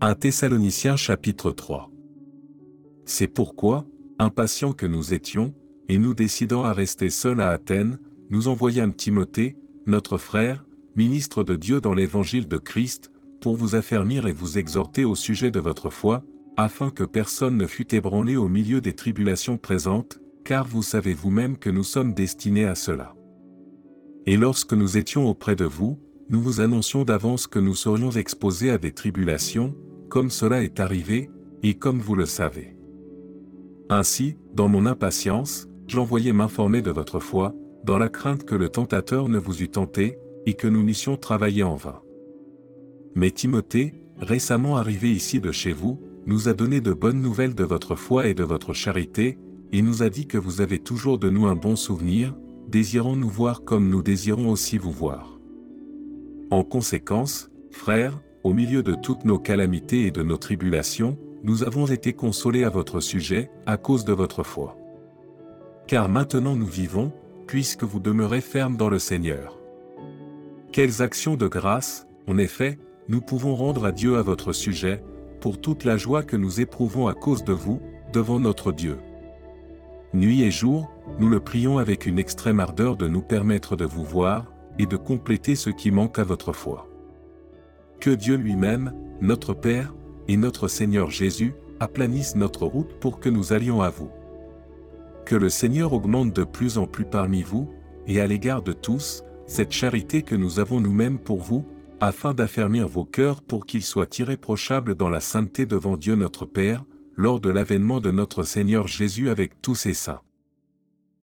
1 Thessaloniciens chapitre 3. C'est pourquoi, impatients que nous étions, et nous décidant à rester seuls à Athènes, nous envoyâmes Timothée, notre frère, ministre de Dieu dans l'évangile de Christ, pour vous affermir et vous exhorter au sujet de votre foi, afin que personne ne fût ébranlé au milieu des tribulations présentes, car vous savez vous-même que nous sommes destinés à cela. Et lorsque nous étions auprès de vous, nous vous annoncions d'avance que nous serions exposés à des tribulations, comme cela est arrivé, et comme vous le savez. Ainsi, dans mon impatience, j'envoyais m'informer de votre foi, dans la crainte que le tentateur ne vous eût tenté, et que nous n'eussions travaillé en vain. Mais Timothée, récemment arrivé ici de chez vous, nous a donné de bonnes nouvelles de votre foi et de votre charité, et nous a dit que vous avez toujours de nous un bon souvenir, désirant nous voir comme nous désirons aussi vous voir. En conséquence, frères, au milieu de toutes nos calamités et de nos tribulations, nous avons été consolés à votre sujet, à cause de votre foi. Car maintenant nous vivons, puisque vous demeurez fermes dans le Seigneur. Quelles actions de grâce, en effet, nous pouvons rendre à Dieu à votre sujet, pour toute la joie que nous éprouvons à cause de vous, devant notre Dieu. Nuit et jour, nous le prions avec une extrême ardeur de nous permettre de vous voir, et de compléter ce qui manque à votre foi. Que Dieu lui-même, notre Père, et notre Seigneur Jésus, aplanissent notre route pour que nous allions à vous. Que le Seigneur augmente de plus en plus parmi vous, et à l'égard de tous, cette charité que nous avons nous-mêmes pour vous, afin d'affermir vos cœurs pour qu'ils soient irréprochables dans la sainteté devant Dieu notre Père, lors de l'avènement de notre Seigneur Jésus avec tous ses saints.